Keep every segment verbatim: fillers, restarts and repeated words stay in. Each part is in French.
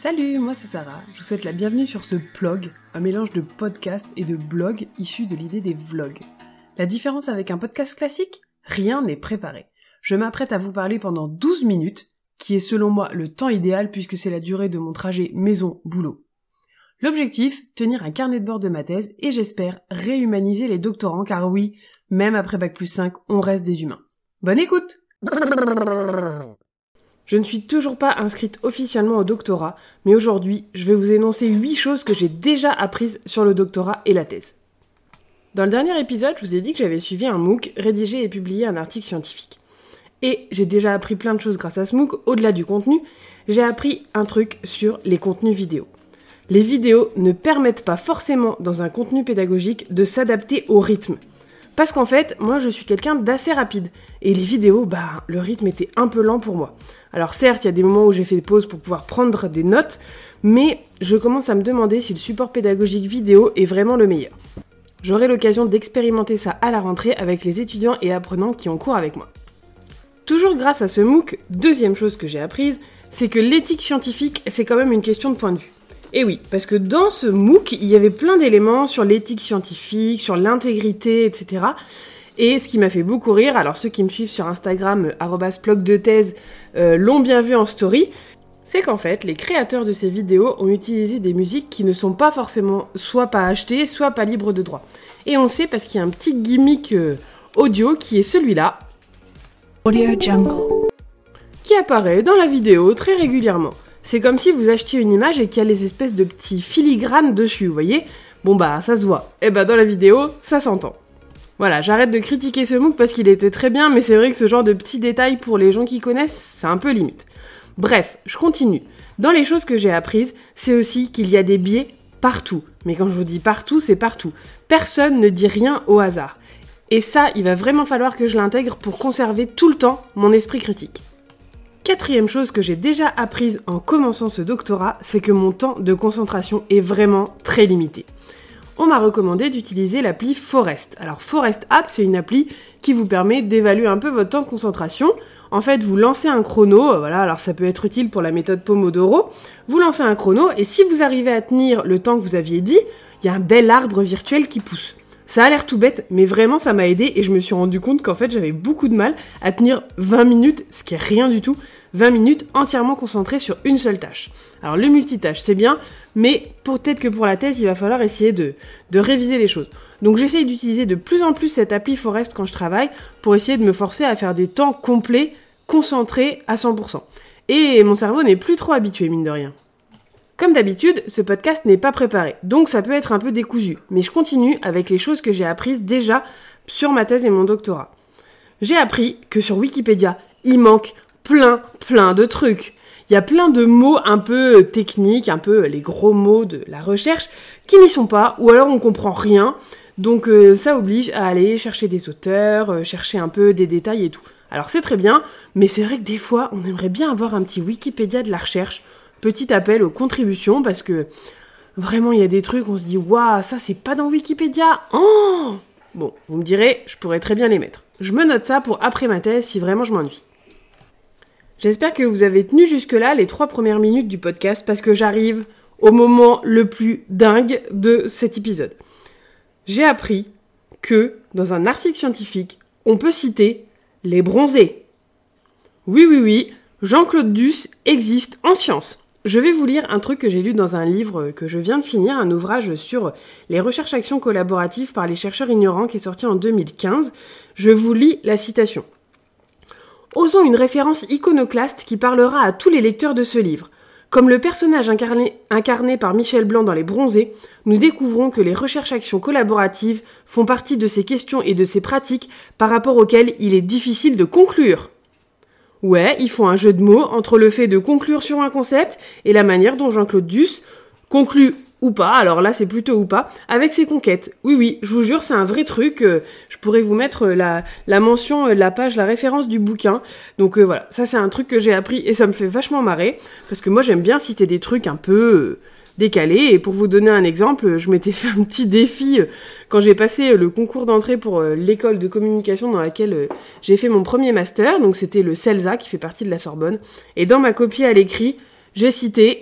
Salut, moi c'est Sarah, je vous souhaite la bienvenue sur ce plog, un mélange de podcast et de blog issu de l'idée des vlogs. La différence avec un podcast classique ? Rien n'est préparé. Je m'apprête à vous parler pendant douze minutes, qui est selon moi le temps idéal puisque c'est la durée de mon trajet maison-boulot. L'objectif, tenir un carnet de bord de ma thèse et j'espère réhumaniser les doctorants car oui, même après bac plus cinq, on reste des humains. Bonne écoute! Je ne suis toujours pas inscrite officiellement au doctorat, mais aujourd'hui, je vais vous énoncer huit choses que j'ai déjà apprises sur le doctorat et la thèse. Dans le dernier épisode, je vous ai dit que j'avais suivi un MOOC, rédigé et publié un article scientifique. Et j'ai déjà appris plein de choses grâce à ce MOOC, au-delà du contenu, j'ai appris un truc sur les contenus vidéo. Les vidéos ne permettent pas forcément, dans un contenu pédagogique, de s'adapter au rythme. Parce qu'en fait, moi je suis quelqu'un d'assez rapide, et les vidéos, bah, le rythme était un peu lent pour moi. Alors certes, il y a des moments où j'ai fait des pauses pour pouvoir prendre des notes, mais je commence à me demander si le support pédagogique vidéo est vraiment le meilleur. J'aurai l'occasion d'expérimenter ça à la rentrée avec les étudiants et apprenants qui ont cours avec moi. Toujours grâce à ce MOOC, deuxième chose que j'ai apprise, c'est que l'éthique scientifique, c'est quand même une question de point de vue. Et oui, parce que dans ce MOOC, il y avait plein d'éléments sur l'éthique scientifique, sur l'intégrité, et cetera. Et ce qui m'a fait beaucoup rire, alors ceux qui me suivent sur Instagram, arobase plog de thèse, euh, l'ont bien vu en story, c'est qu'en fait, les créateurs de ces vidéos ont utilisé des musiques qui ne sont pas forcément soit pas achetées, soit pas libres de droit. Et on sait parce qu'il y a un petit gimmick euh, audio qui est celui-là, Audio Jungle, qui apparaît dans la vidéo très régulièrement. C'est comme si vous achetiez une image et qu'il y a les espèces de petits filigranes dessus, vous voyez ? Bon bah, ça se voit. Et bah dans la vidéo, ça s'entend. Voilà, j'arrête de critiquer ce MOOC parce qu'il était très bien, mais c'est vrai que ce genre de petits détails pour les gens qui connaissent, c'est un peu limite. Bref, je continue. Dans les choses que j'ai apprises, c'est aussi qu'il y a des biais partout. Mais quand je vous dis partout, c'est partout. Personne ne dit rien au hasard. Et ça, il va vraiment falloir que je l'intègre pour conserver tout le temps mon esprit critique. Quatrième chose que j'ai déjà apprise en commençant ce doctorat, c'est que mon temps de concentration est vraiment très limité. On m'a recommandé d'utiliser l'appli Forest. Alors Forest App, c'est une appli qui vous permet d'évaluer un peu votre temps de concentration. En fait, vous lancez un chrono, voilà, alors ça peut être utile pour la méthode Pomodoro. Vous lancez un chrono et si vous arrivez à tenir le temps que vous aviez dit, il y a un bel arbre virtuel qui pousse. Ça a l'air tout bête, mais vraiment ça m'a aidé et je me suis rendu compte qu'en fait j'avais beaucoup de mal à tenir vingt minutes, ce qui est rien du tout, vingt minutes entièrement concentrées sur une seule tâche. Alors le multitâche c'est bien, mais peut-être que pour la thèse il va falloir essayer de, de réviser les choses. Donc j'essaye d'utiliser de plus en plus cette appli Forest quand je travaille pour essayer de me forcer à faire des temps complets, concentrés à cent pour cent. Et mon cerveau n'est plus trop habitué mine de rien. Comme d'habitude, ce podcast n'est pas préparé, donc ça peut être un peu décousu, mais je continue avec les choses que j'ai apprises déjà sur ma thèse et mon doctorat. J'ai appris que sur Wikipédia, il manque plein, plein de trucs. Il y a plein de mots un peu techniques, un peu les gros mots de la recherche, qui n'y sont pas, ou alors on comprend rien, donc euh, ça oblige à aller chercher des auteurs, euh, chercher un peu des détails et tout. Alors c'est très bien, mais c'est vrai que des fois, on aimerait bien avoir un petit Wikipédia de la recherche. Petit appel aux contributions parce que vraiment il y a des trucs on se dit waouh ça c'est pas dans Wikipédia. Oh bon, vous me direz, je pourrais très bien les mettre. Je me note ça pour après ma thèse si vraiment je m'ennuie. J'espère que vous avez tenu jusque-là les trois premières minutes du podcast parce que j'arrive au moment le plus dingue de cet épisode. J'ai appris que dans un article scientifique, on peut citer les bronzés. Oui oui oui, Jean-Claude Duss existe en sciences. Je vais vous lire un truc que j'ai lu dans un livre que je viens de finir, un ouvrage sur les recherches-actions collaboratives par les chercheurs ignorants qui est sorti en deux mille quinze. Je vous lis la citation. « Osons une référence iconoclaste qui parlera à tous les lecteurs de ce livre. Comme le personnage incarné, incarné par Michel Blanc dans Les Bronzés, nous découvrons que les recherches-actions collaboratives font partie de ces questions et de ces pratiques par rapport auxquelles il est difficile de conclure. » Ouais, ils font un jeu de mots entre le fait de conclure sur un concept et la manière dont Jean-Claude Duss conclut ou pas, alors là c'est plutôt ou pas, avec ses conquêtes. Oui, oui, je vous jure, c'est un vrai truc. Euh, je pourrais vous mettre la, la mention, la page, la référence du bouquin. Donc euh, voilà, ça c'est un truc que j'ai appris et ça me fait vachement marrer. Parce que moi j'aime bien citer des trucs un peu euh, décalés. Et pour vous donner un exemple, je m'étais fait un petit défi euh, quand j'ai passé euh, le concours d'entrée pour euh, l'école de communication dans laquelle euh, j'ai fait mon premier master. Donc c'était le CELSA qui fait partie de la Sorbonne. Et dans ma copie à l'écrit, j'ai cité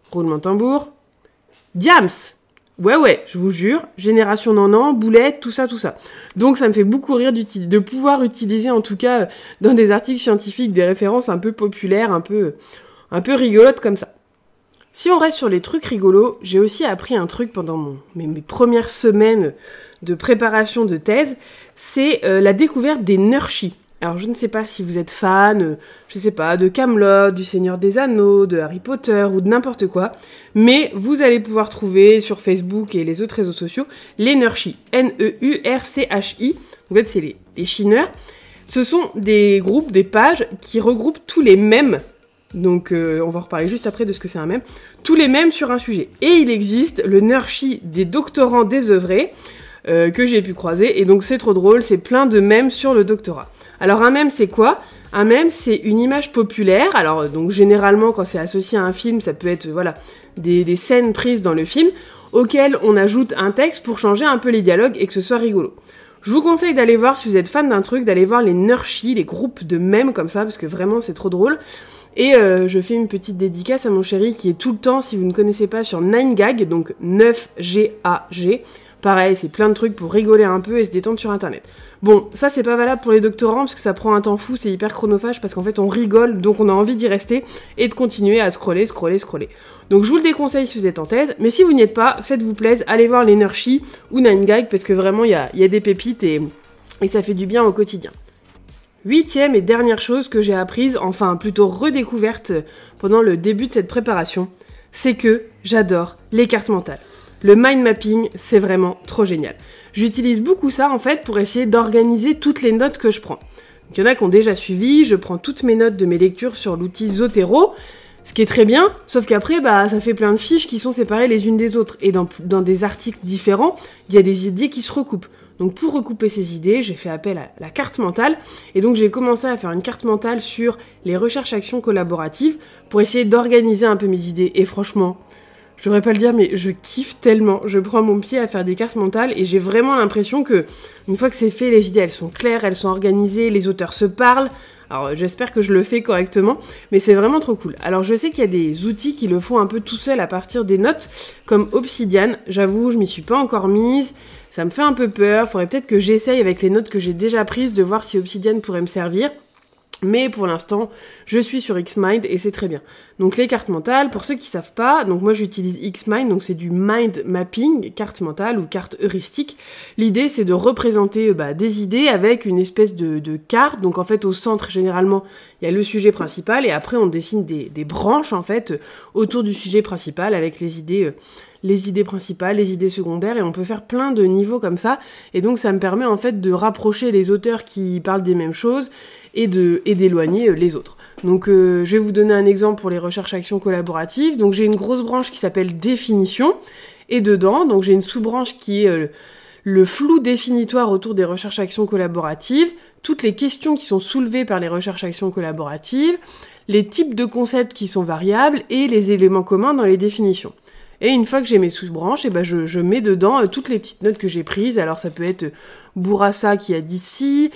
roulement de tambour, Diams. Ouais, ouais, je vous jure, Génération Nanan, Boulette, tout ça, tout ça. Donc ça me fait beaucoup rire de pouvoir utiliser, en tout cas, dans des articles scientifiques, des références un peu populaires, un peu, un peu rigolotes comme ça. Si on reste sur les trucs rigolos, j'ai aussi appris un truc pendant mon, mes, mes premières semaines de préparation de thèse, c'est euh, la découverte des Nurshi. Alors je ne sais pas si vous êtes fan, euh, je sais pas, de Kaamelott, du Seigneur des Anneaux, de Harry Potter ou de n'importe quoi, mais vous allez pouvoir trouver sur Facebook et les autres réseaux sociaux les Nurshi, N E U R C H I, en fait c'est les, les chineurs. Ce sont des groupes, des pages qui regroupent tous les mèmes, donc euh, on va reparler juste après de ce que c'est un mème, tous les mèmes sur un sujet. Et il existe le Nurshi des doctorants désœuvrés, euh, que j'ai pu croiser, et donc c'est trop drôle, c'est plein de mèmes sur le doctorat. Alors un mème c'est quoi ? Un mème c'est une image populaire, alors donc généralement quand c'est associé à un film, ça peut être voilà des, des scènes prises dans le film, auxquelles on ajoute un texte pour changer un peu les dialogues et que ce soit rigolo. Je vous conseille d'aller voir, si vous êtes fan d'un truc, d'aller voir les Nurshi, les groupes de mèmes comme ça, parce que vraiment c'est trop drôle. Et euh, je fais une petite dédicace à mon chéri qui est tout le temps, si vous ne connaissez pas, sur nine gag, donc neuf G A G. Pareil, c'est plein de trucs pour rigoler un peu et se détendre sur internet. Bon, ça c'est pas valable pour les doctorants parce que ça prend un temps fou, c'est hyper chronophage parce qu'en fait on rigole, donc on a envie d'y rester et de continuer à scroller, scroller, scroller. Donc je vous le déconseille si vous êtes en thèse, mais si vous n'y êtes pas, faites-vous plaisir, allez voir les Nurshi ou nine gag parce que vraiment il y a, y a des pépites et, et ça fait du bien au quotidien. Huitième et dernière chose que j'ai apprise, enfin plutôt redécouverte pendant le début de cette préparation, c'est que j'adore les cartes mentales. Le mind mapping, c'est vraiment trop génial. J'utilise beaucoup ça en fait pour essayer d'organiser toutes les notes que je prends. Il y en a qui ont déjà suivi, je prends toutes mes notes de mes lectures sur l'outil Zotero, ce qui est très bien, sauf qu'après, bah, ça fait plein de fiches qui sont séparées les unes des autres. Et dans, dans des articles différents, il y a des idées qui se recoupent. Donc pour recouper ces idées, j'ai fait appel à la carte mentale, et donc j'ai commencé à faire une carte mentale sur les recherches-actions collaboratives pour essayer d'organiser un peu mes idées. Et franchement, je devrais pas le dire, mais je kiffe tellement. Je prends mon pied à faire des cartes mentales et j'ai vraiment l'impression que, une fois que c'est fait, les idées, elles sont claires, elles sont organisées, les auteurs se parlent. Alors, j'espère que je le fais correctement, mais c'est vraiment trop cool. Alors, je sais qu'il y a des outils qui le font un peu tout seul à partir des notes, comme Obsidian. J'avoue, je m'y suis pas encore mise. Ça me fait un peu peur. Faudrait peut-être que j'essaye avec les notes que j'ai déjà prises de voir si Obsidian pourrait me servir. Mais pour l'instant, je suis sur Xmind et c'est très bien. Donc les cartes mentales, pour ceux qui savent pas, donc moi j'utilise Xmind, donc c'est du mind mapping, carte mentale ou carte heuristique. L'idée c'est de représenter bah, des idées avec une espèce de, de carte. Donc en fait au centre généralement il y a le sujet principal et après on dessine des, des branches en fait autour du sujet principal avec les idées... Euh, les idées principales, les idées secondaires, et on peut faire plein de niveaux comme ça, et donc ça me permet en fait de rapprocher les auteurs qui parlent des mêmes choses, et de et d'éloigner les autres. Donc euh, je vais vous donner un exemple pour les recherches-actions collaboratives. Donc j'ai une grosse branche qui s'appelle définition, et dedans, donc j'ai une sous-branche qui est euh, le flou définitoire autour des recherches-actions collaboratives, toutes les questions qui sont soulevées par les recherches-actions collaboratives, les types de concepts qui sont variables, et les éléments communs dans les définitions. Et une fois que j'ai mes sous-branches, et ben je, je mets dedans euh, toutes les petites notes que j'ai prises. Alors ça peut être Bourassa qui a dit ci,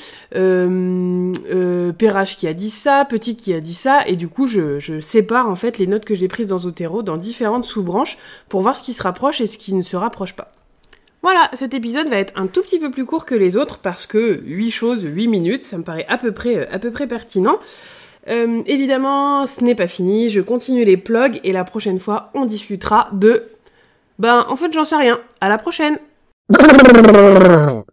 euh, euh, Perrache qui a dit ça, Petit qui a dit ça, et du coup je, je sépare en fait les notes que j'ai prises dans Zotero dans différentes sous-branches pour voir ce qui se rapproche et ce qui ne se rapproche pas. Voilà, cet épisode va être un tout petit peu plus court que les autres parce que huit choses, huit minutes, ça me paraît à peu près, à peu près pertinent. Euh, évidemment, ce n'est pas fini, je continue les plugs et la prochaine fois, on discutera de... Ben, en fait, j'en sais rien. À la prochaine!